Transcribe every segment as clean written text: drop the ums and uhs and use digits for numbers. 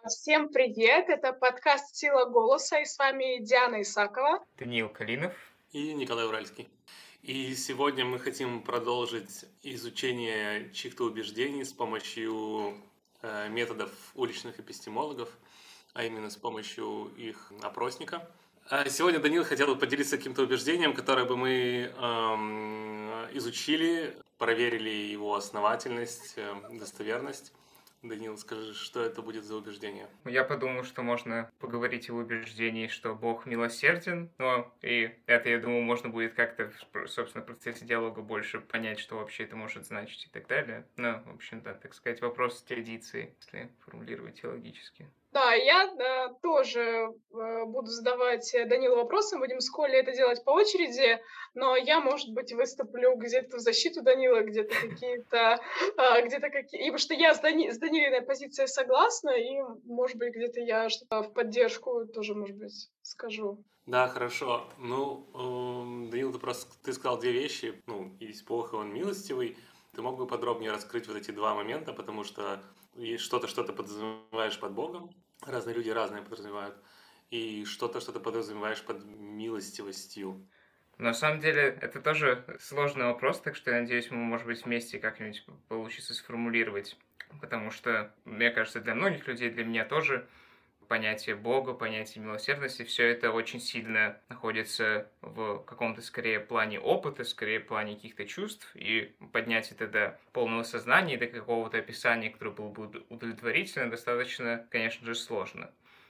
Всем привет! Это подкаст «Сила голоса» и с вами Диана Исакова. Даниил Калинов. И Николай Уральский. И сегодня мы хотим продолжить изучение чьих-то убеждений с помощью методов уличных эпистемологов, а именно с помощью их опросника. Сегодня Даниил хотел бы поделиться каким-то убеждением, которое бы мы изучили, проверили его основательность, достоверность. Даниил, скажи, что это будет за убеждение? Я подумал, что можно поговорить о убеждении, что Бог милосерден, но и это, я думаю, можно будет как-то, собственно, в процессе диалога больше понять, что вообще это может значить и так далее. Ну, в общем, да, так сказать, вопрос теодиции, если формулировать теологически. Да, я тоже буду задавать Данилу вопросы, будем с Колей это делать по очереди, но я, может быть, выступлю где-то в защиту Данила, где-то какие-то, потому что я с Данилиной позицией согласна, и, может быть, где-то я что-то в поддержку тоже, может быть, скажу. Да, хорошо. Данил, ты сказал две вещи. Есть Бог, и Он милостивый. Ты мог бы подробнее раскрыть вот эти два момента, потому что есть что-то подразумеваешь под Богом. Разные люди разные подразумевают. И что-то подразумеваешь под милостивостью. На самом деле, это тоже сложный вопрос, так что я надеюсь, мы, может быть, вместе как-нибудь получится сформулировать. Потому что, мне кажется, для многих людей, для меня тоже, понятие Бога, понятие милосердности, все это очень сильно находится в каком-то скорее плане опыта, скорее плане каких-то чувств, и поднять это до полного сознания, до какого-то описания, которое было бы удовлетворительно, достаточно, конечно же, сложно.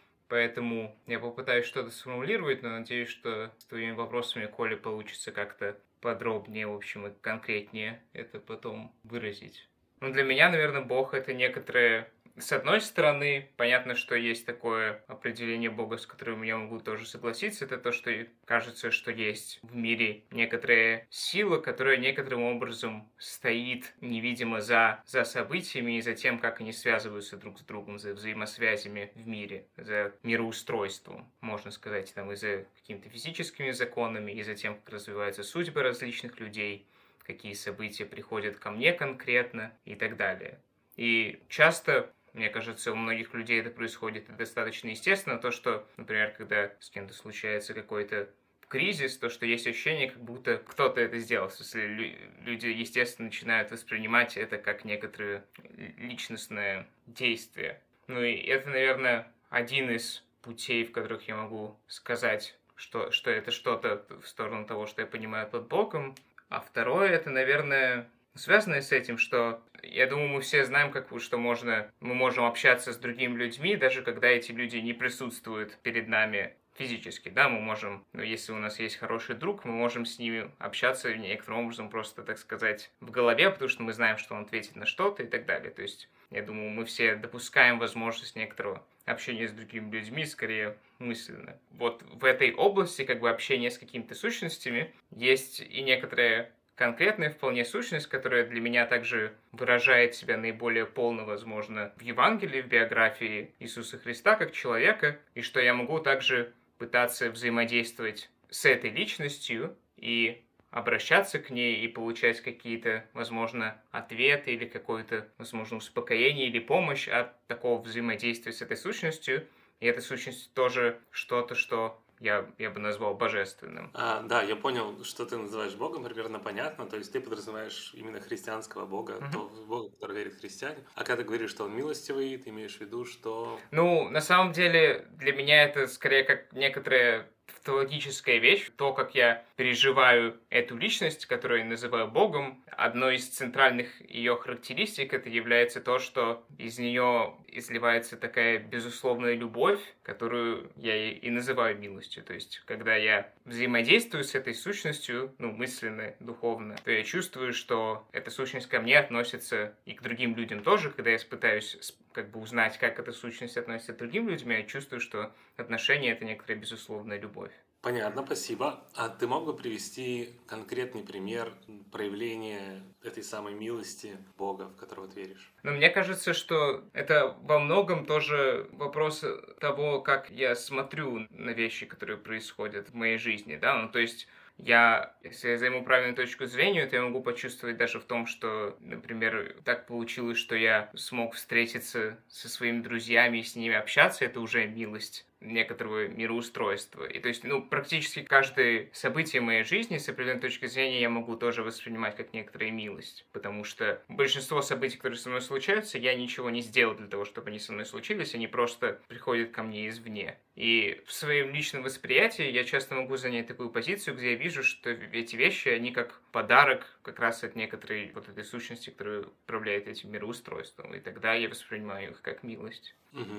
Поэтому я попытаюсь что-то сформулировать, но надеюсь, что с твоими вопросами, Коля, получится как-то подробнее, в общем, и конкретнее это потом выразить. Ну, для меня, наверное, Бог — это некоторое. С одной стороны, понятно, что есть такое определение Бога, с которым я могу тоже согласиться. Это то, что кажется, что есть в мире некоторая сила, которая некоторым образом стоит невидимо за событиями и за тем, как они связываются друг с другом, за взаимосвязями в мире, за мироустройством, можно сказать, там, и за какими-то физическими законами, и за тем, как развиваются судьбы различных людей, какие события приходят ко мне конкретно и так далее. И часто, мне кажется, у многих людей это происходит достаточно естественно, то, что, например, когда с кем-то случается какой-то кризис, то, что есть ощущение, как будто кто-то это сделал. В смысле, люди, естественно, начинают воспринимать это как некоторое личностное действие. Ну и это, наверное, один из путей, в которых я могу сказать, что это что-то в сторону того, что я понимаю под Богом. А второе, это, наверное, связанное с этим, что я думаю, мы все знаем, что мы можем общаться с другими людьми, даже когда эти люди не присутствуют перед нами физически, да, мы можем, если у нас есть хороший друг, мы можем с ними общаться некоторым образом просто, так сказать, в голове, потому что мы знаем, что он ответит на что-то и так далее. То есть, я думаю, мы все допускаем возможность некоторого общения с другими людьми, скорее мысленно. Вот в этой области, общения с какими-то сущностями, есть и некоторая конкретная вполне сущность, которая для меня также выражает себя наиболее полно, возможно, в Евангелии, в биографии Иисуса Христа как человека, и что я могу также пытаться взаимодействовать с этой личностью и обращаться к ней и получать какие-то, возможно, ответы или какое-то, возможно, успокоение или помощь от такого взаимодействия с этой сущностью. И эта сущность тоже что-то, что я бы назвал божественным. Да, я понял, что ты называешь Богом, примерно понятно. То есть ты подразумеваешь именно христианского Бога, того Бога, в который верит христиане. А когда ты говоришь, что Он милостивый, ты имеешь в виду, что... Ну, на самом деле, для меня это скорее как некоторая тавтологическая вещь. То, как я переживаю эту личность, которую я называю Богом, одной из центральных ее характеристик это является то, что из нее изливается такая безусловная любовь, которую я и называю милостью. То есть, когда я взаимодействую с этой сущностью, мысленно, духовно, то я чувствую, что эта сущность ко мне относится и к другим людям тоже. Когда я пытаюсь узнать, как эта сущность относится к другим людям, я чувствую, что отношения — это некоторая безусловная любовь. Понятно, спасибо. А ты мог бы привести конкретный пример проявления этой самой милости Бога, в которого ты веришь? Мне кажется, что это во многом тоже вопрос того, как я смотрю на вещи, которые происходят в моей жизни, да, то есть если я займу правильную точку зрения, то я могу почувствовать даже в том, что, например, так получилось, что я смог встретиться со своими друзьями и с ними общаться, это уже милость некоторого мироустройства. И то есть, практически каждое событие моей жизни с определенной точки зрения я могу тоже воспринимать как некоторая милость, потому что большинство событий, которые со мной случаются, я ничего не сделал для того, чтобы они со мной случились, они просто приходят ко мне извне. И в своем личном восприятии я часто могу занять такую позицию, где я вижу, что эти вещи, они как подарок как раз от некоторой вот этой сущности, которая управляет этим мироустройством. И тогда я воспринимаю их как милость.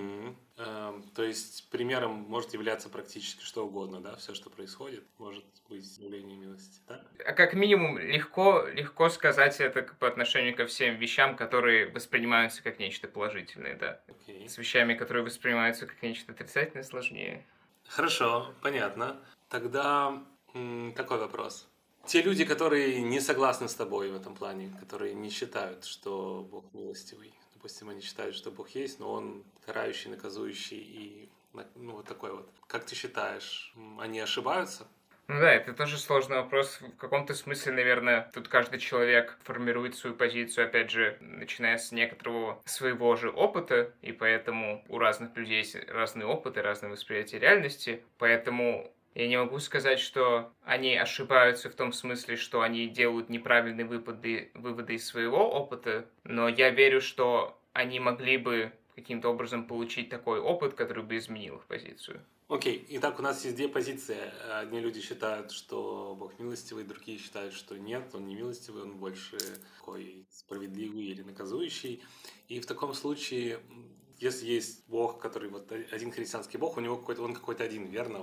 То есть примером может являться практически что угодно, да? Все, что происходит, может быть явлением милости, да? А как минимум легко сказать это по отношению ко всем вещам, которые воспринимаются как нечто положительное, да. Окей. С вещами, которые воспринимаются как нечто отрицательное, сложнее. Хорошо, понятно. Тогда такой вопрос. Те люди, которые не согласны с тобой в этом плане, которые не считают, что Бог милостивый, допустим, они считают, что Бог есть, но Он карающий, наказующий и вот такой вот. Как ты считаешь, они ошибаются? Ну да, это тоже сложный вопрос. В каком-то смысле, наверное, тут каждый человек формирует свою позицию, опять же, начиная с некоторого своего же опыта, и поэтому у разных людей есть разные опыты, разные восприятия реальности, поэтому я не могу сказать, что они ошибаются в том смысле, что они делают неправильные выводы из своего опыта, но я верю, что они могли бы каким-то образом получить такой опыт, который бы изменил их позицию. Окей, итак, у нас есть две позиции. Одни люди считают, что Бог милостивый, другие считают, что нет, Он не милостивый, Он больше такой справедливый или наказующий. И в таком случае, если есть Бог, который вот один христианский Бог, у него он какой-то один, верно?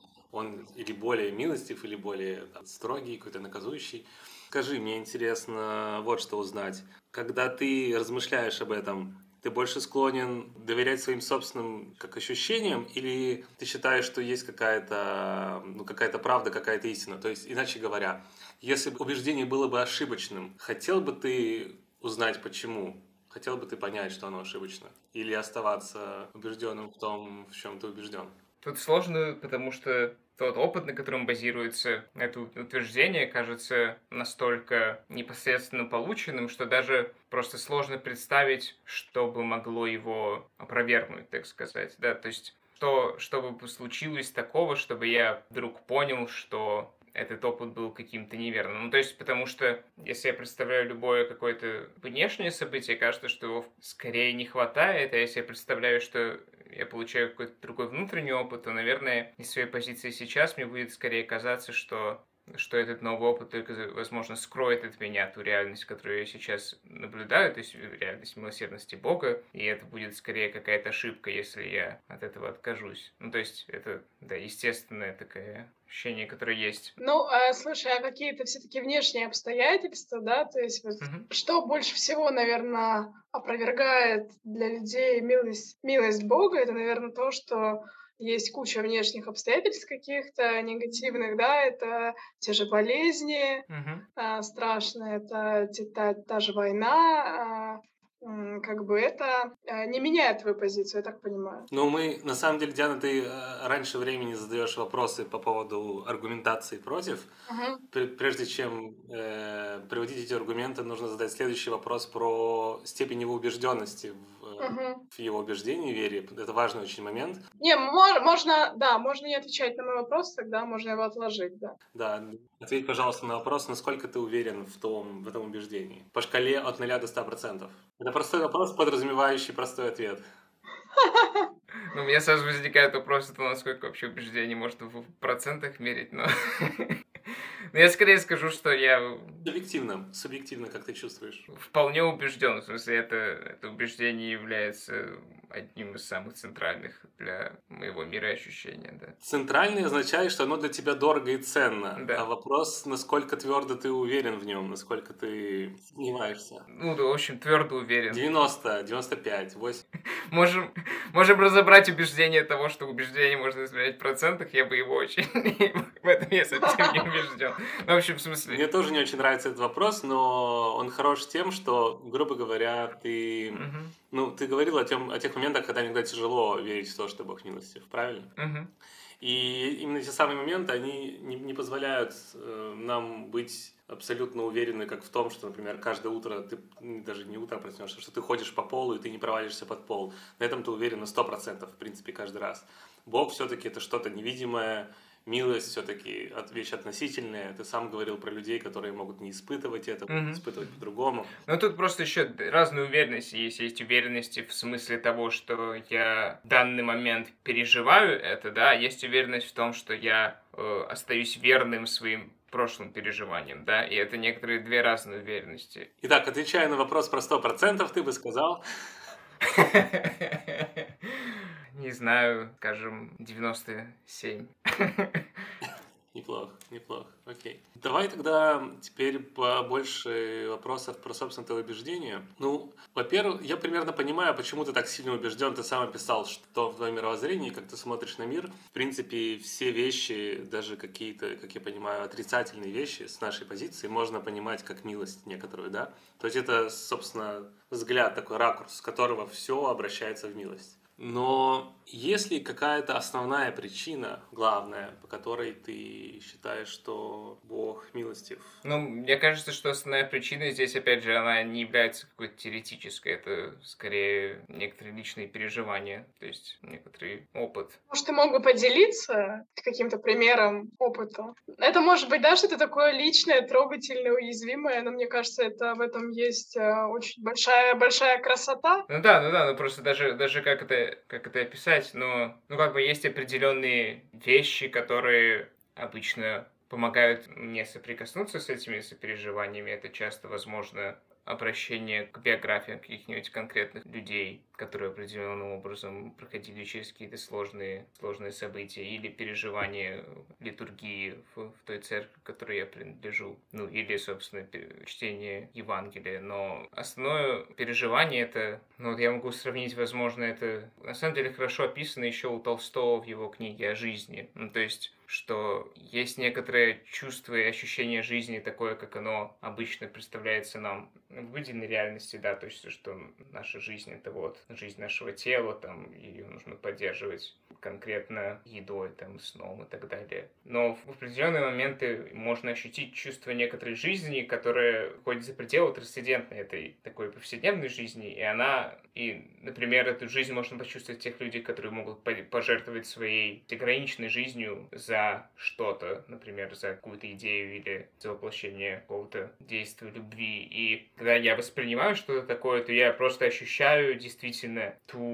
Он или более милостив, или более строгий, какой-то наказующий. Скажи, мне интересно вот что узнать. Когда ты размышляешь об этом, ты больше склонен доверять своим собственным ощущениям, или ты считаешь, что есть какая-то правда, какая-то истина? То есть, иначе говоря, если бы убеждение было бы ошибочным, хотел бы ты узнать почему? Хотел бы ты понять, что оно ошибочно? Или оставаться убежденным в том, в чем ты убежден? Тут сложно, потому что тот опыт, на котором базируется это утверждение, кажется настолько непосредственно полученным, что даже просто сложно представить, что бы могло его опровергнуть, так сказать. Да, то есть, что бы случилось такого, чтобы я вдруг понял, что этот опыт был каким-то неверным. То есть, потому что, если я представляю любое какое-то внешнее событие, кажется, что его скорее не хватает, а если я представляю, что я получаю какой-то другой внутренний опыт, то, наверное, из своей позиции сейчас мне будет скорее казаться, что этот новый опыт только, возможно, скроет от меня ту реальность, которую я сейчас наблюдаю, то есть реальность милосердности Бога, и это будет скорее какая-то ошибка, если я от этого откажусь. То есть это, да, естественное такое ощущение, которое есть. Слушай, а какие-то все-таки внешние обстоятельства, да, то есть вот что больше всего, наверное, опровергает для людей милость Бога, это, наверное, то, что есть куча внешних обстоятельств каких-то негативных, да, это те же болезни страшные, это та же война, это не меняет твою позицию, я так понимаю. Мы, на самом деле, Диана, ты раньше времени задаешь вопросы по поводу аргументации против. Прежде чем приводить эти аргументы, нужно задать следующий вопрос про степень его убежденности в его убеждении, вере. Это важный очень момент. Можно не отвечать на мой вопрос, тогда можно его отложить, да. Да, ответь, пожалуйста, на вопрос, насколько ты уверен в этом убеждении. По шкале от 0 до 100%. Это простой вопрос, подразумевающий простой ответ. У меня сразу возникает вопрос, насколько вообще убеждение можно в процентах мерить, но я скорее скажу, что я... Субъективно, как ты чувствуешь? Вполне убежден, в смысле, это убеждение является одним из самых центральных для моего мироощущения, да. Центральный означает, что оно для тебя дорого и ценно. Да. А вопрос, насколько твердо ты уверен в нем, насколько ты сомневаешься. В общем, твердо уверен. 90, 95, 8. Можем разобрать убеждение того, что убеждение можно измерять в процентах, я бы его очень... В этом я совсем не убежден. В общем, в смысле... Мне тоже не очень нравится этот вопрос, но он хорош тем, что, грубо говоря, ты Ну, ты говорил о тех моментах, когда иногда тяжело верить в то, что Бог милостив, правильно? Мгм. И именно эти самые моменты, они не позволяют нам быть абсолютно уверены, как в том, что, например, каждое утро ты даже не утром проснешься, что ты ходишь по полу и ты не провалишься под пол. На этом ты уверен на 100%, в принципе, каждый раз. Бог все-таки это что-то невидимое, милость все-таки вещь относительная. Ты сам говорил про людей, которые могут не испытывать это, Мгм. испытывать по-другому. Ну, тут просто еще разные уверенности есть. Есть уверенности в смысле того, что я в данный момент переживаю это, да, есть уверенность в том, что я остаюсь верным своим прошлым переживаниям, да, и это некоторые две разные уверенности. Итак, отвечая на вопрос про 100%, ты бы сказал... Не знаю, скажем, 97. Неплохо, неплохо, окей. Давай тогда теперь побольше вопросов про, собственно, твои убеждения. Ну, во-первых, я примерно понимаю, почему ты так сильно убежден. Ты сам описал, что в твоем мировоззрении, как ты смотришь на мир. В принципе, все вещи, даже какие-то, как я понимаю, отрицательные вещи с нашей позиции можно понимать как милость некоторую, да? То есть это, собственно, взгляд, такой ракурс, с которого все обращается в милость. Но есть ли какая-то основная причина, главная, по которой ты считаешь, что Бог милостив? Ну, мне кажется, что основная причина здесь, опять же, она не является какой-то теоретической. Это скорее некоторые личные переживания, то есть некоторый опыт. Может, ты мог бы поделиться каким-то примером опыта? Это может быть, да, что-то такое личное, трогательное, уязвимое, но мне кажется, это в этом есть очень большая красота. Ну просто даже как это описать, ну как бы есть определенные вещи, которые обычно помогают мне соприкоснуться с этими сопереживаниями. Это часто, возможно, обращение к биографиям каких-нибудь конкретных людей, которые определенным образом проходили через какие-то сложные события, или переживания литургии в той церкви, к которой я принадлежу, ну, или, собственно, чтение Евангелия. Но основное переживание это, ну, вот я могу сравнить, возможно, это на самом деле хорошо описано еще у Толстого в его книге о жизни. Ну, то есть что есть некоторое чувство и ощущение жизни такое, как оно обычно представляется нам в обыденной реальности, да, то есть что наша жизнь это вот жизнь нашего тела, там, ее нужно поддерживать конкретно едой, там, сном и так далее. Но в определенные моменты можно ощутить чувство некоторой жизни, которая ходит за пределы трансцендентной этой такой повседневной жизни, например, эту жизнь можно почувствовать в тех людей, которые могут пожертвовать своей ограниченной жизнью за что-то, например, за какую-то идею или за воплощение какого-то действия любви. И когда я воспринимаю что-то такое, то я просто ощущаю действительно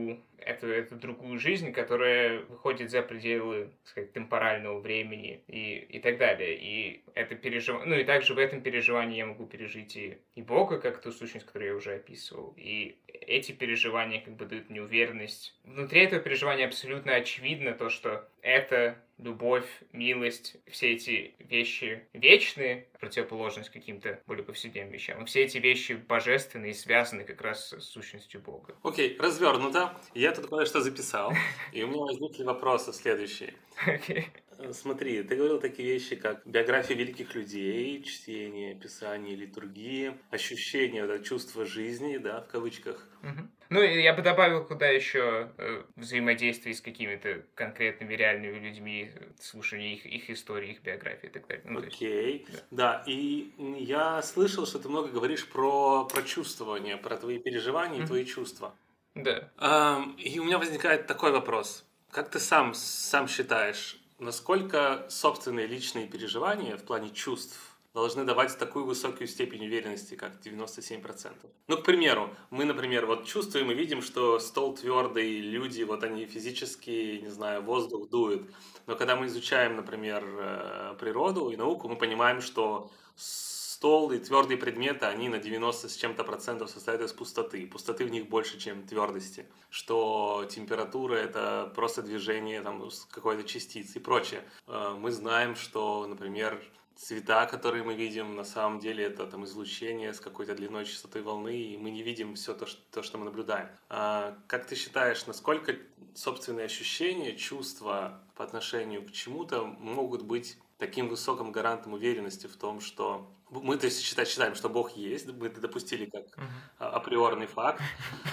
эту другую жизнь, которая выходит за пределы, так сказать, темпорального времени и так далее. И это ну и также в этом переживании я могу пережить и Бога, как ту сущность, которую я уже описывал. И эти переживания как бы дают мне уверенность. Внутри этого переживания абсолютно очевидно то, что это любовь, милость, все эти вещи вечные, противоположность каким-то более повседневным вещам. И все эти вещи божественные и связаны как раз с сущностью Бога. Окей, развернуто. Я тут кое-что записал, и у меня возникли вопросы следующие. Okay. Смотри, ты говорил такие вещи, как биография великих людей, чтение, писание, литургии, ощущение, да, чувство жизни, да, в кавычках. Ну, и я бы добавил куда еще взаимодействие с какими-то конкретными реальными людьми, слушание их истории, их биографии и так далее. Окей, да, и я слышал, что ты много говоришь про чувствование, про твои переживания и твои чувства. Да. И у меня возникает такой вопрос. Как ты сам считаешь, насколько собственные личные переживания в плане чувств должны давать такую высокую степень уверенности, как 97%? Ну, к примеру, мы, например, вот чувствуем и видим, что стол твердый, люди, вот они физически, не знаю, воздух дует. Но когда мы изучаем, например, природу и науку, мы понимаем, что стол и твердые предметы, они на 90 с чем-то процентов состоят из пустоты. Пустоты в них больше, чем твердости. Что температура – это просто движение там, какой-то частицы и прочее. Мы знаем, что, например, цвета, которые мы видим, на самом деле это там излучение с какой-то длиной частотой волны, и мы не видим все то, что мы наблюдаем. Как ты считаешь, насколько собственные ощущения, чувства по отношению к чему-то могут быть таким высоким гарантом уверенности в том, что Мы, то есть, считаем, что Бог есть, мы это допустили как Мгм. априорный факт,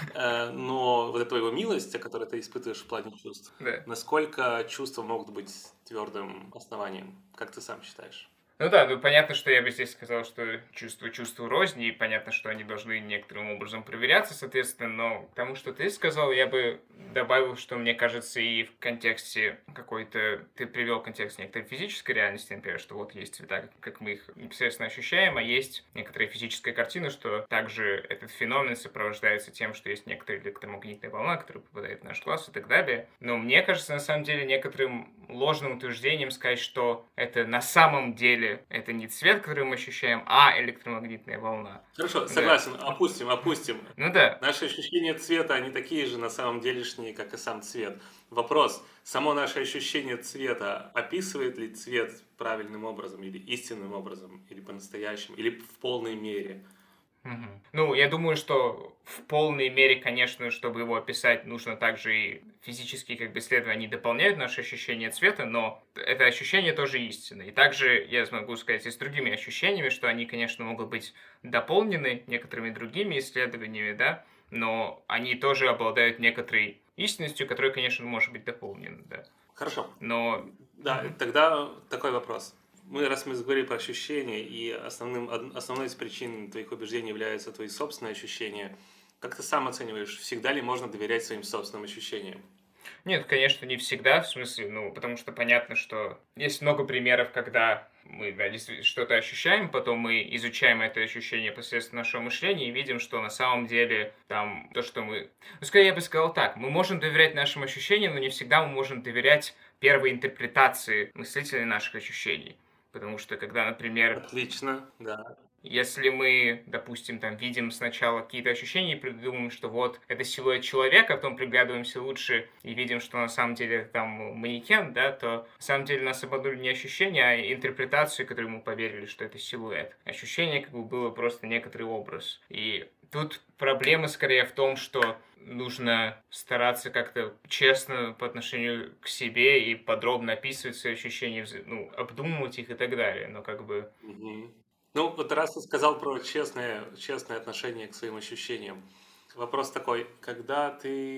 но вот эта его милость, о которой ты испытываешь в плане чувств, Да. насколько чувства могут быть твердым основанием, как ты сам считаешь? Ну да, ну понятно, что я бы здесь сказал, что чувство чувству рознь, и понятно, что они должны некоторым образом проверяться, соответственно, но к тому, что ты сказал, я бы добавил, что мне кажется, и в контексте какой-то... Ты привел контекст некоторой физической реальности, например, что вот есть цвета, как мы их непосредственно ощущаем, а есть некоторая физическая картина, что также этот феномен сопровождается тем, что есть некоторая электромагнитная волна, которая попадает в наш глаз и так далее. Но мне кажется, на самом деле, некоторым ложным утверждением сказать, что это на самом деле это не цвет, который мы ощущаем, а электромагнитная волна. Хорошо, Да. согласен, опустим. Ну да. Наши ощущения цвета, они такие же на самом делешние, как и сам цвет. Вопрос, само наше ощущение цвета описывает ли цвет правильным образом, или истинным образом, или по-настоящему, или в полной мере? Мгм. Ну, я думаю, что в полной мере, конечно, чтобы его описать, нужно также и физические как бы исследования, они дополняют наше ощущение цвета, но это ощущение тоже истинно. И также я смогу сказать и с другими ощущениями, что они, конечно, могут быть дополнены некоторыми другими исследованиями, да, но они тоже обладают некоторой истинностью, которая, конечно, может быть дополнена, да. Хорошо. Но... Да, Мгм. тогда такой вопрос. Раз мы заговорили про ощущения, и основной из причин твоих убеждений являются твои собственные ощущения, как ты сам оцениваешь, всегда ли можно доверять своим собственным ощущениям? Нет, конечно, не всегда, в смысле, ну, потому что понятно, что есть много примеров, когда мы, да, действительно что-то ощущаем, потом мы изучаем это ощущение посредством нашего мышления и видим, что на самом деле там то, что мы... Ну, скорее, я бы сказал так, мы можем доверять нашим ощущениям, но не всегда мы можем доверять первой интерпретации мыслителя наших ощущений. Потому что когда, например, Отлично, да. если мы, допустим, там видим сначала какие-то ощущения и придумаем, что вот это силуэт человека, потом приглядываемся лучше и видим, что на самом деле там манекен, да, то на самом деле нас обманули не ощущения, а интерпретацию, которую мы поверили, что это силуэт. Ощущение как бы было просто некоторый образ. И тут проблема скорее в том, что нужно стараться как-то честно по отношению к себе и подробно описывать свои ощущения, ну, обдумывать их и так далее. Но как бы... Мгм. Ну, вот раз ты сказал про честное отношение к своим ощущениям. Вопрос такой, когда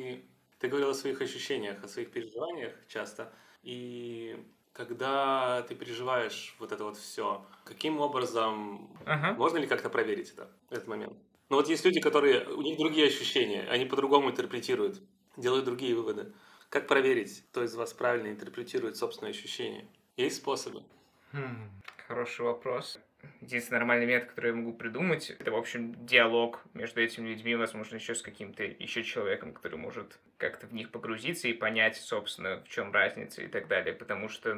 ты говорил о своих ощущениях, о своих переживаниях часто, и когда ты переживаешь вот это вот все, каким образом, Ага. можно ли как-то проверить этот момент? Ну вот есть люди, которые, у них другие ощущения, они по-другому интерпретируют, делают другие выводы. Как проверить, кто из вас правильно интерпретирует собственные ощущения? Есть способы? Хм, Хороший вопрос. Единственный нормальный метод, который я могу придумать, это, в общем, диалог между этими людьми, возможно, еще с каким-то еще человеком, который может как-то в них погрузиться и понять, собственно, в чем разница и так далее. Потому что,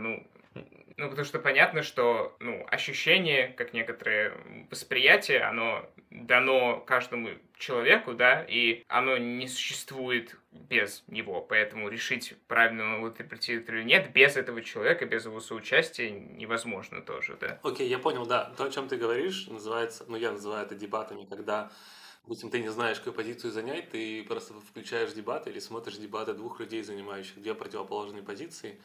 потому что понятно, что, ощущение, как некоторое восприятие, оно дано каждому человеку, да, и оно не существует без него, поэтому решить, правильно он его интерпретирует или нет, без этого человека, без его соучастия невозможно тоже, да. Окей, я понял, да. То, о чем ты говоришь, называется, я называю это дебатами, когда, допустим, ты не знаешь, какую позицию занять, ты просто включаешь дебаты или смотришь дебаты двух людей, занимающих две противоположные позиции,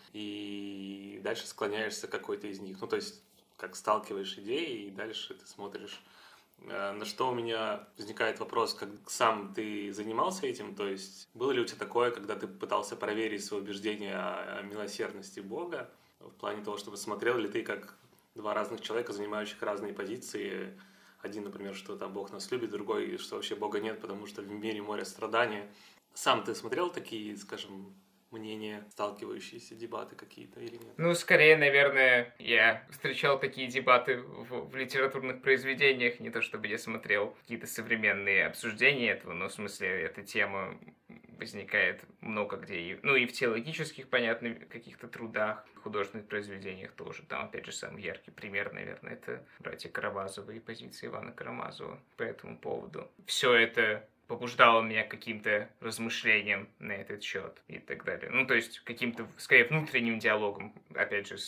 и дальше склоняешься к какой-то из них. Ну, то есть, как сталкиваешь идеи, и дальше ты смотришь. На что у меня возникает вопрос, как сам ты занимался этим, то есть было ли у тебя такое, когда ты пытался проверить свои убеждения о милосердности Бога, в плане того, чтобы смотрел ли ты как два разных человека, занимающих разные позиции, один, например, что там Бог нас любит, другой, что вообще Бога нет, потому что в мире море страдания. Сам ты смотрел такие, скажем, мнения, сталкивающиеся, дебаты какие-то или нет? Ну, скорее, наверное, я встречал такие дебаты в литературных произведениях, не то чтобы я смотрел какие-то современные обсуждения этого, но в смысле эта тема возникает много где, и в теологических, понятно, каких-то трудах, художественных произведениях тоже. Там, опять же, самый яркий пример, наверное, это братья Карамазовы и позиция Ивана Карамазова по этому поводу. Все это побуждало меня к каким-то размышлениям на этот счет и так далее. Ну, то есть, каким-то, скорее, внутренним диалогом, опять же,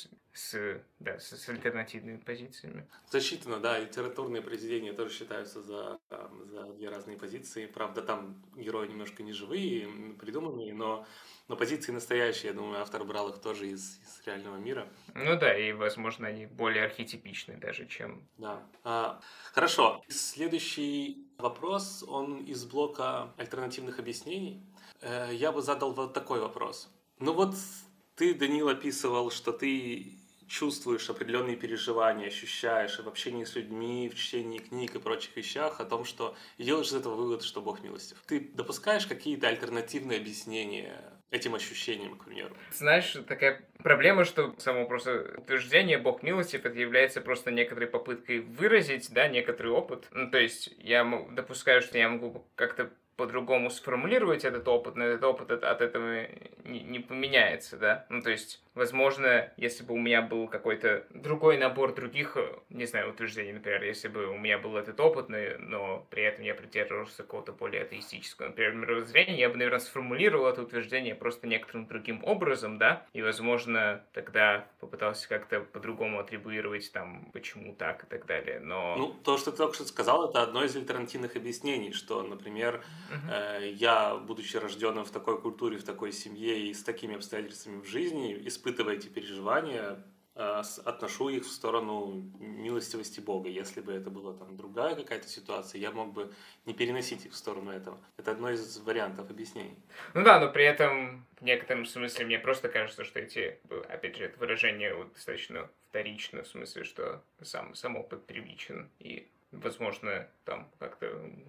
с альтернативными позициями. Засчитано, да, литературные произведения тоже считаются за две разные позиции. Правда, там герои немножко не живые, придуманные, но позиции настоящие. Я думаю, автор брал их тоже из реального мира. Ну да, и, возможно, они более архетипичны даже, чем... Да. Хорошо. Следующий вопрос, он из блока альтернативных объяснений. Я бы задал вот такой вопрос. Ну вот ты, Данил, описывал, что ты чувствуешь определенные переживания, ощущаешь в общении с людьми, в чтении книг и прочих вещах о том, что и делаешь из этого вывод, что Бог милостив. Ты допускаешь какие-то альтернативные объяснения этим ощущениям, к примеру? Знаешь, такая проблема, что само просто утверждение «Бог милостив» это является просто некоторой попыткой выразить, да, некоторый опыт. Ну, то есть я допускаю, что я могу как-то по-другому сформулировать этот опыт, но этот опыт от этого не поменяется, да. Ну, то есть, возможно, если бы у меня был какой-то другой набор других, не знаю, утверждений, например, если бы у меня был этот опыт, но при этом я придерживался какого-то более атеистического, например, мировоззрения, я бы, наверное, сформулировал это утверждение просто некоторым другим образом, да, и, возможно, тогда попытался как-то по-другому атрибуировать, там, почему так и так далее, но... Ну, то, что ты только что сказал, это одно из альтернативных объяснений, что, например, я, будучи рожденным в такой культуре, в такой семье и с такими обстоятельствами в жизни, испытывая эти переживания, отношу их в сторону милостивости Бога. Если бы это была там другая какая-то ситуация, я мог бы не переносить их в сторону этого. Это одно из вариантов объяснений. Ну да, но при этом в некотором смысле мне просто кажется, что эти, опять же, это выражение вот достаточно вторично, в смысле, что сам опыт первичен, и, возможно, там как-то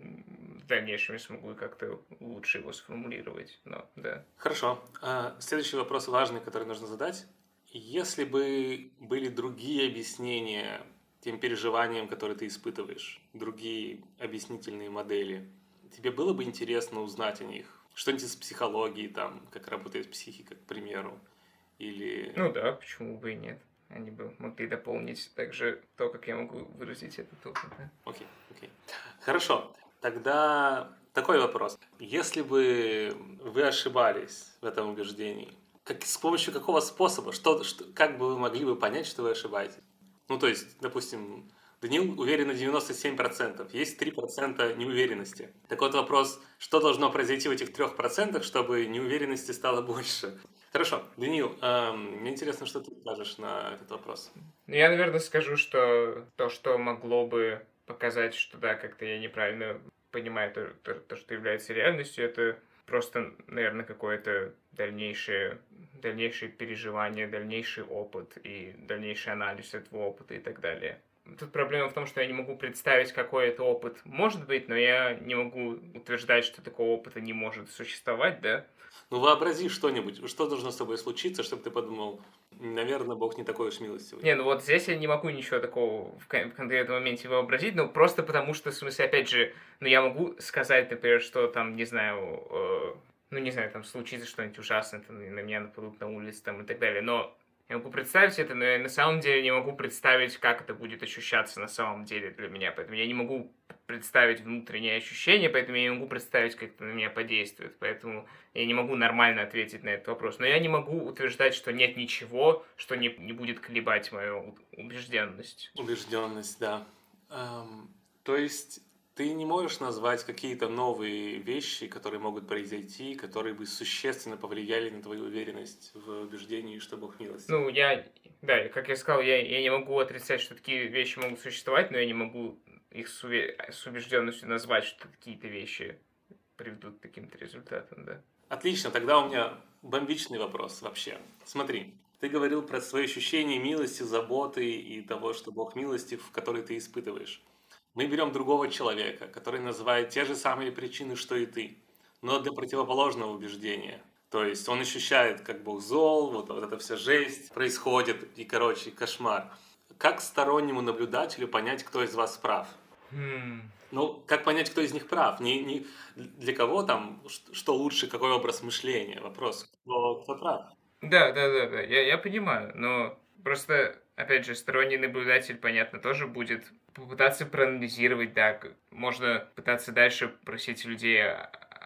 в дальнейшем я смогу как-то лучше его сформулировать, но да. Хорошо. Следующий вопрос важный, который нужно задать. Если бы были другие объяснения тем переживаниям, которые ты испытываешь, другие объяснительные модели, тебе было бы интересно узнать о них? Что-нибудь из психологии, там, как работает психика, к примеру, или... Ну да, почему бы и нет. Они бы могли дополнить также то, как я могу выразить этот опыт. Да? Окей. Хорошо. Тогда такой вопрос. Если бы вы ошибались в этом убеждении, с помощью какого способа, как бы вы могли бы понять, что вы ошибаетесь? Ну, то есть, допустим, Данил уверен на 97%, есть 3% неуверенности. Так вот вопрос, что должно произойти в этих 3%, чтобы неуверенности стало больше? Хорошо, Данил, мне интересно, что ты скажешь на этот вопрос. Ну, я, наверное, скажу, что то, что могло бы показать, что да, как-то я неправильно понимаю то, что является реальностью, это просто, наверное, какое-то дальнейшее переживание, дальнейший опыт и дальнейший анализ этого опыта и так далее. Тут проблема в том, что я не могу представить, какой это опыт может быть, но я не могу утверждать, что такого опыта не может существовать, да? Ну, вообрази что-нибудь, что должно с тобой случиться, чтобы ты подумал, наверное, Бог не такой уж милостивый. Не, ну вот здесь я не могу ничего такого в конкретном моменте вообразить, ну просто потому что, в смысле, опять же, ну я могу сказать, например, что там, не знаю, ну не знаю, там случится что-нибудь ужасное, там, на меня нападут на улице там, и так далее, но я могу представить это, но я на самом деле не могу представить, как это будет ощущаться на самом деле для меня, поэтому я не могу представить внутренние ощущения, поэтому я не могу представить, как это на меня подействует, поэтому я не могу нормально ответить на этот вопрос. Но я не могу утверждать, что нет ничего, что не будет колебать мою убежденность. Убежденность, да. То есть ты не можешь назвать какие-то новые вещи, которые могут произойти, которые бы существенно повлияли на твою уверенность в убеждении, что Бог милостив? Ну, да, как я сказал, я не могу отрицать, что такие вещи могут существовать, но я не могу их с убежденностью назвать, что какие-то вещи приведут к таким-то результатам, да. Отлично, тогда у меня бомбичный вопрос вообще. Смотри, ты говорил про свои ощущения милости, заботы и того, что Бог милостив, который ты испытываешь. Мы берем другого человека, который называет те же самые причины, что и ты, но для противоположного убеждения. То есть он ощущает, как Бог зол, вот эта вся жесть происходит, и, короче, кошмар. Как стороннему наблюдателю понять, кто из вас прав? Ну, как понять, кто из них прав? Не для кого там, что лучше, какой образ мышления? Вопрос, кто прав? Да, я понимаю, но просто, опять же, сторонний наблюдатель, понятно, тоже будет попытаться проанализировать, да, можно пытаться дальше просить людей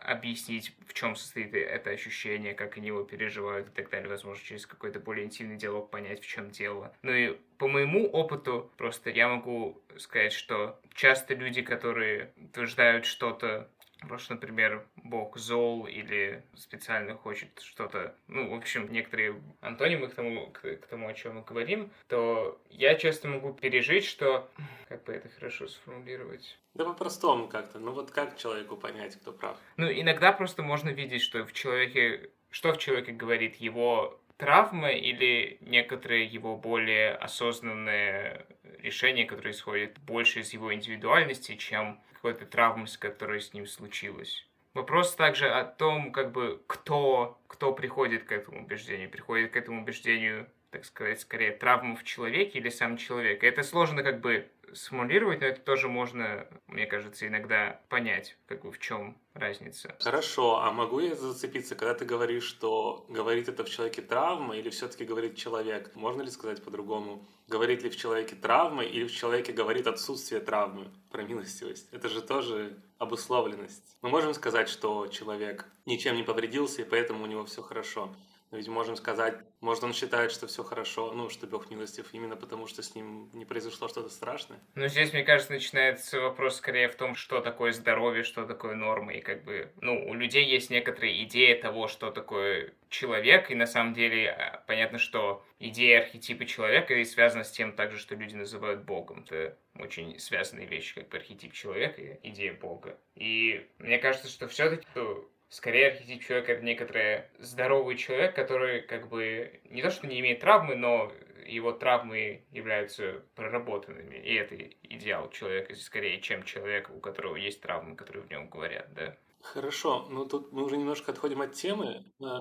объяснить, в чем состоит это ощущение, как они его переживают и так далее. Возможно, через какой-то более интимный диалог понять, в чем дело. Ну и по моему опыту просто я могу сказать, что часто люди, которые утверждают что-то, потому что, например, Бог зол или специально хочет что-то, ну, в общем, некоторые антонимы к тому, о чем мы говорим, то я часто могу пережить, что... Как бы это хорошо сформулировать? Да по-простому как-то. Ну вот как человеку понять, кто прав? Ну, иногда просто можно видеть, что в человеке говорит его травма или некоторые его более осознанные решения, которые исходят больше из его индивидуальности, чем какой-то травмы, с которой с ним случилось. Вопрос также о том, как бы, кто приходит к этому убеждению. Приходит к этому убеждению, так сказать, скорее травма в человеке или сам человек. И это сложно как бы сформулировать, но это тоже можно, мне кажется, иногда понять, как бы в чем разница. Хорошо, а могу я зацепиться, когда ты говоришь, что говорит это в человеке травма или все-таки говорит человек? Можно ли сказать по-другому? Говорит ли в человеке травма или в человеке говорит отсутствие травмы про милостивость? Это же тоже обусловленность. Мы можем сказать, что человек ничем не повредился, и поэтому у него все хорошо. Но ведь можем сказать, может, он считает, что все хорошо, ну, что Бог милостив, именно потому, что с ним не произошло что-то страшное. Но здесь, мне кажется, начинается вопрос скорее в том, что такое здоровье, что такое норма. И как бы, ну, у людей есть некоторые идеи того, что такое человек, и на самом деле понятно, что идея архетипа человека и связана с тем также, что люди называют Богом. Это очень связанные вещи, как бы архетип человека и идея Бога. И мне кажется, что все-таки скорее архетип человека — это некоторый здоровый человек, который как бы не то, что не имеет травмы, но его травмы являются проработанными. И это идеал человека скорее, чем человека, у которого есть травмы, которые в нем говорят, да. Хорошо, ну тут мы уже немножко отходим от темы.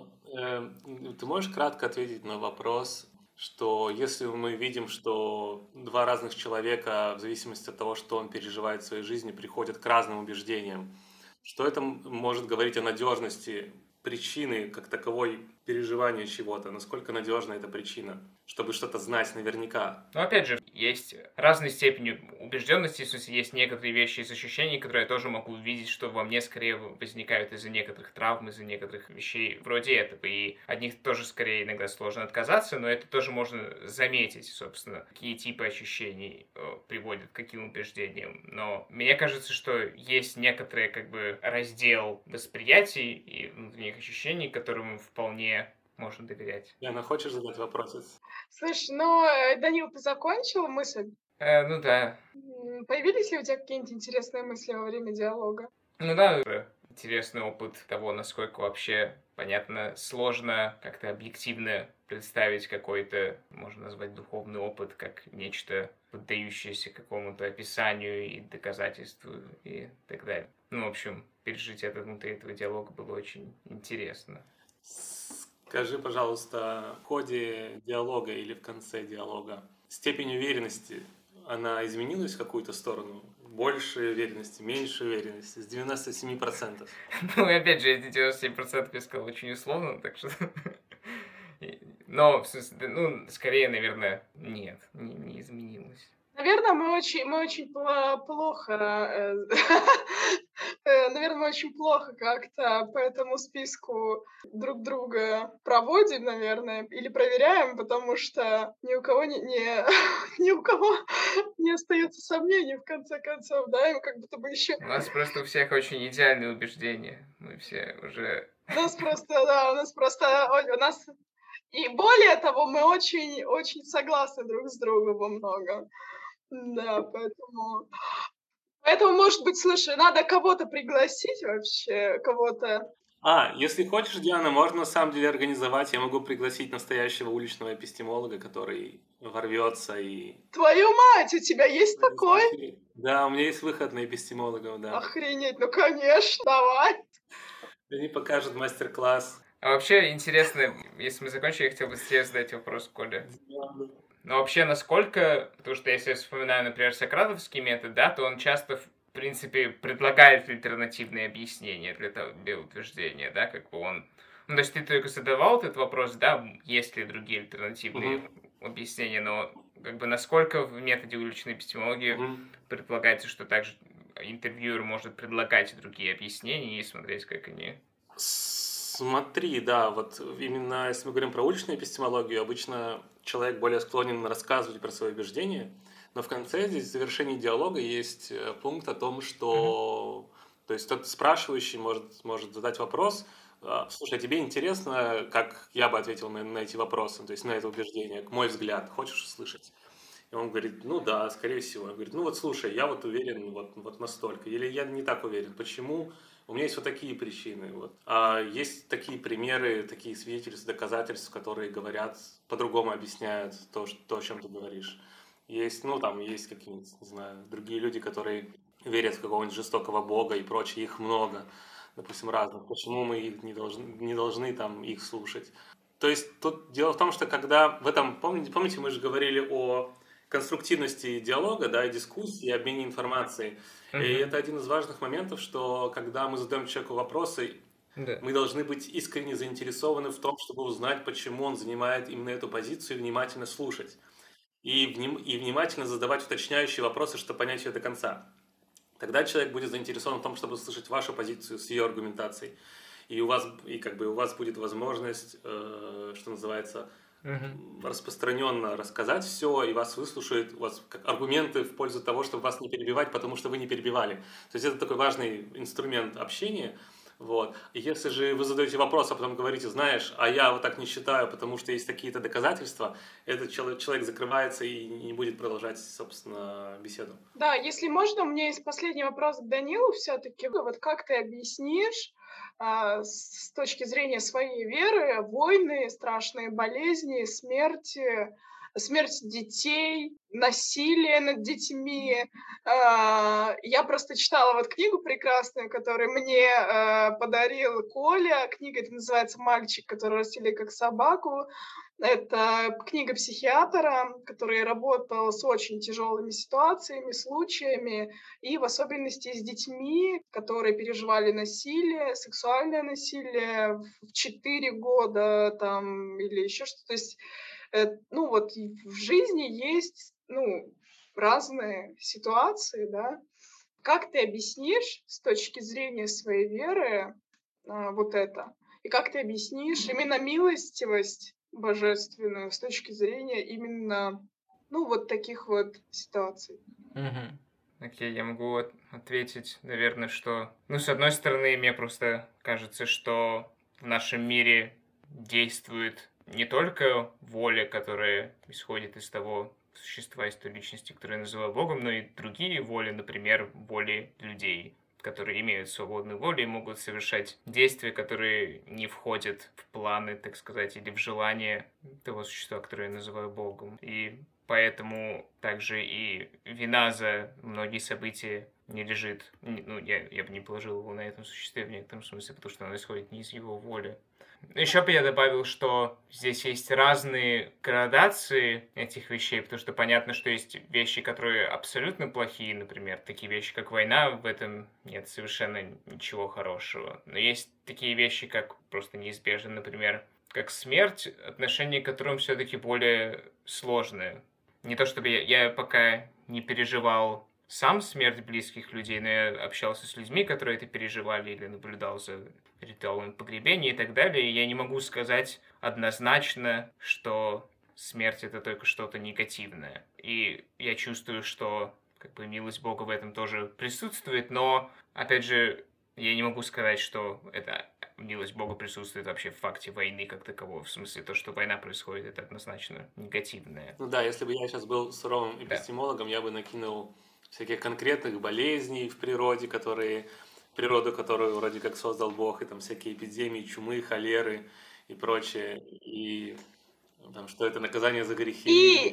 Ты можешь кратко ответить на вопрос, что если мы видим, что два разных человека, в зависимости от того, что он переживает в своей жизни, приходят к разным убеждениям, что это может говорить о надежности причины как таковой переживания чего-то? Насколько надежна эта причина, чтобы что-то знать наверняка? Но опять же, есть разные степени убежденности, в смысле, есть некоторые вещи из ощущений, которые я тоже могу увидеть, что во мне скорее возникают из-за некоторых травм, из-за некоторых вещей вроде этого. И от них тоже скорее иногда сложно отказаться, но это тоже можно заметить, собственно, какие типы ощущений приводят к каким убеждениям. Но мне кажется, что есть некоторый как бы раздел восприятий и внутренних ощущений, которым вполне можно доверять. Яна, хочешь задать вопрос? Слушай, ну, Данил, ты закончил мысль? Ну да. Появились ли у тебя какие-нибудь интересные мысли во время диалога? Ну да, это интересный опыт того, насколько вообще, понятно, сложно как-то объективно представить какой-то, можно назвать, духовный опыт как нечто, поддающееся какому-то описанию и доказательству и так далее. Ну, в общем, пережить это внутри этого диалога было очень интересно. Скажи, пожалуйста, в ходе диалога или в конце диалога степень уверенности, она изменилась в какую-то сторону? Больше уверенности, меньше уверенности, с 97%? Ну, и опять же, эти 97% я сказал очень условно, так что... Но, в смысле, ну, скорее, наверное, нет, не изменилось. Наверное, мы очень плохо, наверное, мы очень плохо как-то по этому списку друг друга проводим, наверное, или проверяем, потому что ни у кого ни у кого не остается сомнений, в конце концов, да, и как будто бы еще... У нас просто у всех очень идеальные убеждения. Мы все уже... У нас просто, да, у нас... И более того, мы очень согласны друг с другом во многом. Да, поэтому, может быть, слушай, надо кого-то пригласить вообще, кого-то. Если хочешь, Диана, можно на самом деле организовать. Я могу пригласить настоящего уличного эпистемолога, который ворвется и... Твою мать, у тебя есть такой? Да, у меня есть выход на эпистемологов, да. Охренеть, ну конечно, давай. Они покажут мастер-класс. А вообще, интересно, если мы закончили, я хотел бы тебе задать вопрос, Коля. Но вообще, насколько... Потому что если я вспоминаю, например, сократовский метод, да, то он часто, в принципе, предлагает альтернативные объяснения для утверждения, да, как бы он... Ну, то есть ты только задавал этот вопрос, да, есть ли другие альтернативные объяснения, но как бы насколько в методе уличной эпистемологии предполагается, что также интервьюер может предлагать другие объяснения и смотреть, как они... Смотри, да, вот именно если мы говорим про уличную эпистемологию, обычно человек более склонен рассказывать про свои убеждения, но в конце здесь в завершении диалога есть пункт о том, что то есть тот спрашивающий может задать вопрос: слушай, а тебе интересно, как я бы ответил на эти вопросы, то есть на это убеждение, мой взгляд, хочешь услышать? И он говорит: ну да, скорее всего. Он говорит: ну вот слушай, я вот уверен вот настолько. Или я не так уверен. Почему? У меня есть вот такие причины. Вот. А есть такие примеры, такие свидетельства, доказательства, которые говорят, по-другому объясняют то, о чем ты говоришь. Есть, ну там есть какие-нибудь, не знаю, другие люди, которые верят в какого-нибудь жестокого бога и прочее. Их много, допустим, разных. Почему мы их не должны там их слушать? То есть тут дело в том, что когда в этом, помните, мы же говорили о конструктивности диалога, да, и дискуссии, и обмене информацией. И это один из важных моментов, что когда мы задаем человеку вопросы, Да. мы должны быть искренне заинтересованы в том, чтобы узнать, почему он занимает именно эту позицию, и внимательно слушать. И внимательно задавать уточняющие вопросы, чтобы понять ее до конца. Тогда человек будет заинтересован в том, чтобы услышать вашу позицию с ее аргументацией. И у вас будет возможность, что называется, распространенно рассказать все, и вас выслушают, у вас как аргументы в пользу того, чтобы вас не перебивать, потому что вы не перебивали. То есть это такой важный инструмент общения. Вот. И если же вы задаете вопрос, а потом говорите: знаешь, а я вот так не считаю, потому что есть такие-то доказательства, этот человек закрывается и не будет продолжать, собственно, беседу. Да, если можно, у меня есть последний вопрос к Данилу все-таки. Вот как ты объяснишь с точки зрения своей веры войны, страшные болезни, смерть детей, насилие над детьми? Я просто читала вот книгу прекрасную, которую мне подарил Коля. Книга эта называется «Мальчик, который растили как собаку». Это книга психиатра, который работал с очень тяжелыми ситуациями, случаями, и в особенности с детьми, которые переживали насилие, сексуальное насилие в 4 года там, или еще что-то. То есть, ну вот в жизни есть разные ситуации, да. Как ты объяснишь с точки зрения своей веры вот это? И как ты объяснишь именно милостивость божественную с точки зрения именно, вот таких вот ситуаций? Окей, я могу ответить, наверное, что... Ну, с одной стороны, мне просто кажется, что в нашем мире действует не только воля, которая исходит из того существа, из той личности, которую я называю Богом, но и другие воли, например, воли людей, которые имеют свободную волю и могут совершать действия, которые не входят в планы, так сказать, или в желание того существа, которое я называю Богом. И поэтому также и вина за многие события не лежит, я бы не положил его на этом существе в некотором смысле, потому что оно исходит не из его воли. Еще бы я добавил, что здесь есть разные градации этих вещей, потому что понятно, что есть вещи, которые абсолютно плохие, например, такие вещи, как война, в этом нет совершенно ничего хорошего. Но есть такие вещи, как просто неизбежно, например, как смерть, отношение к которым все-таки более сложное. Не то чтобы я пока не переживал сам смерть близких людей, но я общался с людьми, которые это переживали, или наблюдал за ритуалом погребения и так далее. И я не могу сказать однозначно, что смерть — это только что-то негативное. И я чувствую, что милость Бога в этом тоже присутствует, но, опять же, я не могу сказать, что это милость Бога присутствует вообще в факте войны как такового. В смысле, то, что война происходит, это однозначно негативное. Ну да, если бы я сейчас был суровым эпистемологом, я бы накинул всяких конкретных болезней в природе, природу, которую вроде как создал Бог, и там всякие эпидемии, чумы, холеры и прочее, и там, что это наказание за грехи.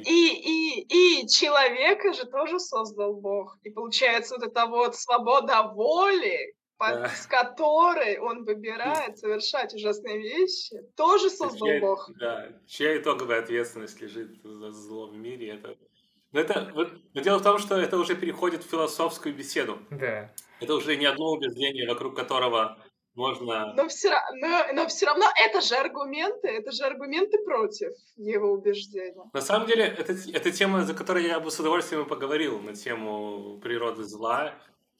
И человека же тоже создал Бог. И получается вот эта вот свобода воли, с которой он выбирает совершать ужасные вещи, тоже создал Бог. Да, чья итоговая ответственность лежит за зло в мире, но дело в том, что это уже переходит в философскую беседу. Да. Это уже не одно убеждение, вокруг которого можно... Но все равно это же аргументы против его убеждения. На самом деле, это тема, за которой я бы с удовольствием поговорил, на тему природы зла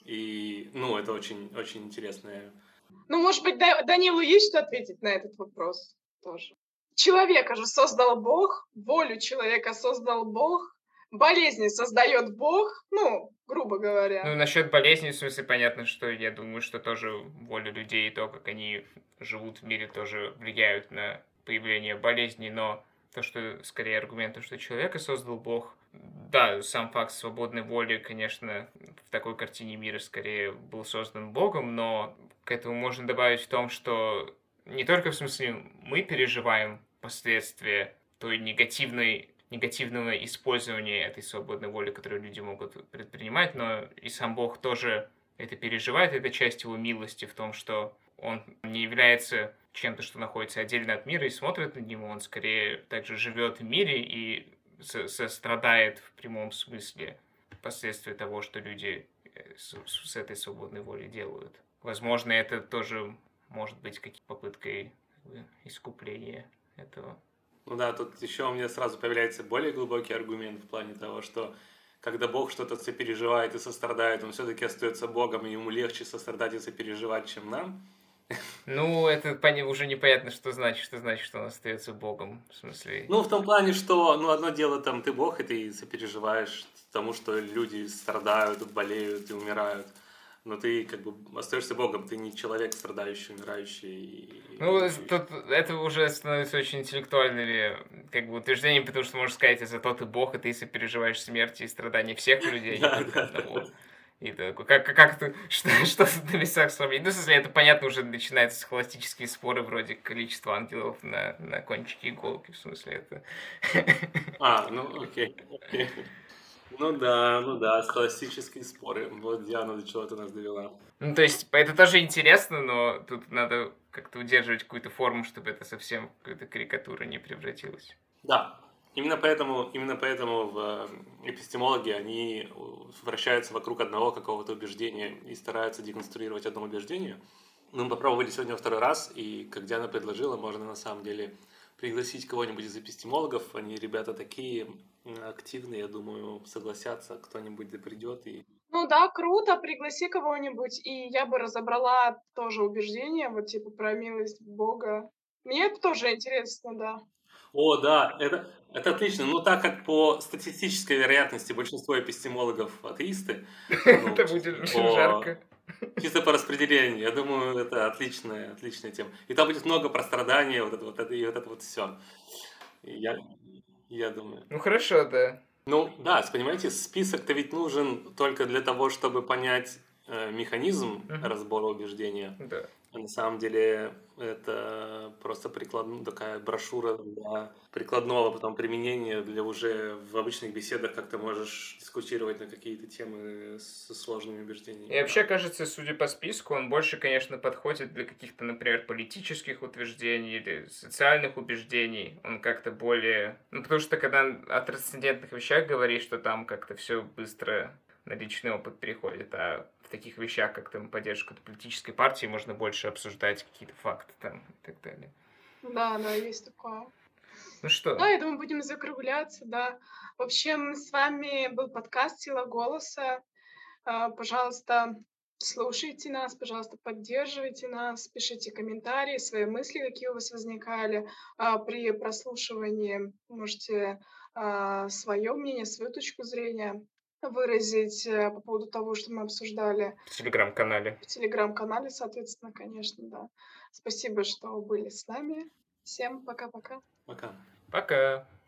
И, ну, это очень, очень интересное. Ну, может быть, Данилу есть что ответить на этот вопрос тоже. Человека же создал Бог, волю человека создал Бог, болезни создает Бог, ну, грубо Ну, говоря. насчет болезней, в смысле, понятно, что я думаю, что тоже воля людей и то, как они живут в мире, тоже влияют на появление болезней, но то, что скорее аргумент, то, что человека создал Бог, да, сам факт свободной воли, конечно, в такой картине мира скорее был создан Богом, но к этому можно добавить в том, что не только в смысле мы переживаем последствия той негативного использования этой свободной воли, которую люди могут предпринимать, но и сам Бог тоже это переживает, это часть его милости в том, что он не является чем-то, что находится отдельно от мира и смотрит на него, он скорее также живет в мире и сострадает в прямом смысле последствия того, что люди с этой свободной волей делают. Возможно, это тоже может быть какой-то попыткой искупления этого. Ну да, тут еще у меня сразу появляется более глубокий аргумент в плане того, что когда Бог что-то сопереживает и сострадает, он все-таки остается Богом, и ему легче сострадать и сопереживать, чем нам. Ну, это уже непонятно, что значит, что он остается Богом. В смысле. Ну, в том плане, что, ну, одно дело, там, ты Бог, и ты сопереживаешь тому, что люди страдают, болеют и умирают. Но ты, как бы, остаешься Богом, ты не человек, страдающий, умирающий. Ну, тут это уже становится очень интеллектуальными как бы утверждением, потому что можешь сказать, зато ты Бог, и ты сопереживаешь смерти и страдания всех людей, а не только одного. И такой, как ты, что ты на весах сравнить? Ну, в смысле, это понятно, уже начинаются схоластические споры вроде количества ангелов на кончике иголки, в смысле, это... Ну, окей. Ну да, схоластические споры. Вот Диана до чего ты нас довела. Ну, то есть, это тоже интересно, но тут надо как-то удерживать какую-то форму, чтобы это совсем в какую-то карикатуру не превратилось. Да, именно поэтому эпистемологи, они вращаются вокруг одного какого-то убеждения и стараются деконструировать одно убеждение. Мы попробовали сегодня во второй раз, и, как Диана предложила, можно на самом деле пригласить кого-нибудь из эпистемологов. Они ребята такие активные, я думаю, согласятся, кто-нибудь да придет и... Ну да, круто, пригласи кого-нибудь, и я бы разобрала тоже убеждения, вот типа про милость Бога. Мне это тоже интересно, да. О, да, это отлично. Ну, так как по статистической вероятности большинство эпистемологов атеисты, ну, Это будет жарко. чисто по распределению, я думаю, это отличная тема. И там будет много про страдания, и вот это вот все. Я думаю. Ну хорошо, да. Ну, да, понимаете, список-то ведь нужен только для того, чтобы понять механизм разбора убеждения. Да. А на самом деле это просто такая брошюра для прикладного потом применения, для уже в обычных беседах, как ты можешь дискутировать на какие-то темы со сложными убеждениями. И вообще, кажется, судя по списку, он больше, конечно, подходит для каких-то, например, политических утверждений или социальных убеждений. Он как-то более... Ну, потому что, когда о трансцендентных вещах говоришь, что там как-то все быстро на личный опыт переходит, а в таких вещах, как там поддержка политической партии, можно больше обсуждать какие-то факты там и так далее. Да, есть такое. Ну что? Да, я думаю, будем закругляться, да. В общем, с вами был подкаст «Сила голоса». Пожалуйста, слушайте нас, пожалуйста, поддерживайте нас, пишите комментарии, свои мысли, какие у вас возникали. При прослушивании можете свое мнение, свою точку зрения выразить по поводу того, что мы обсуждали. В Телеграм-канале. В Телеграм-канале, соответственно, конечно, да. Спасибо, что были с нами. Всем пока-пока. Пока. Пока.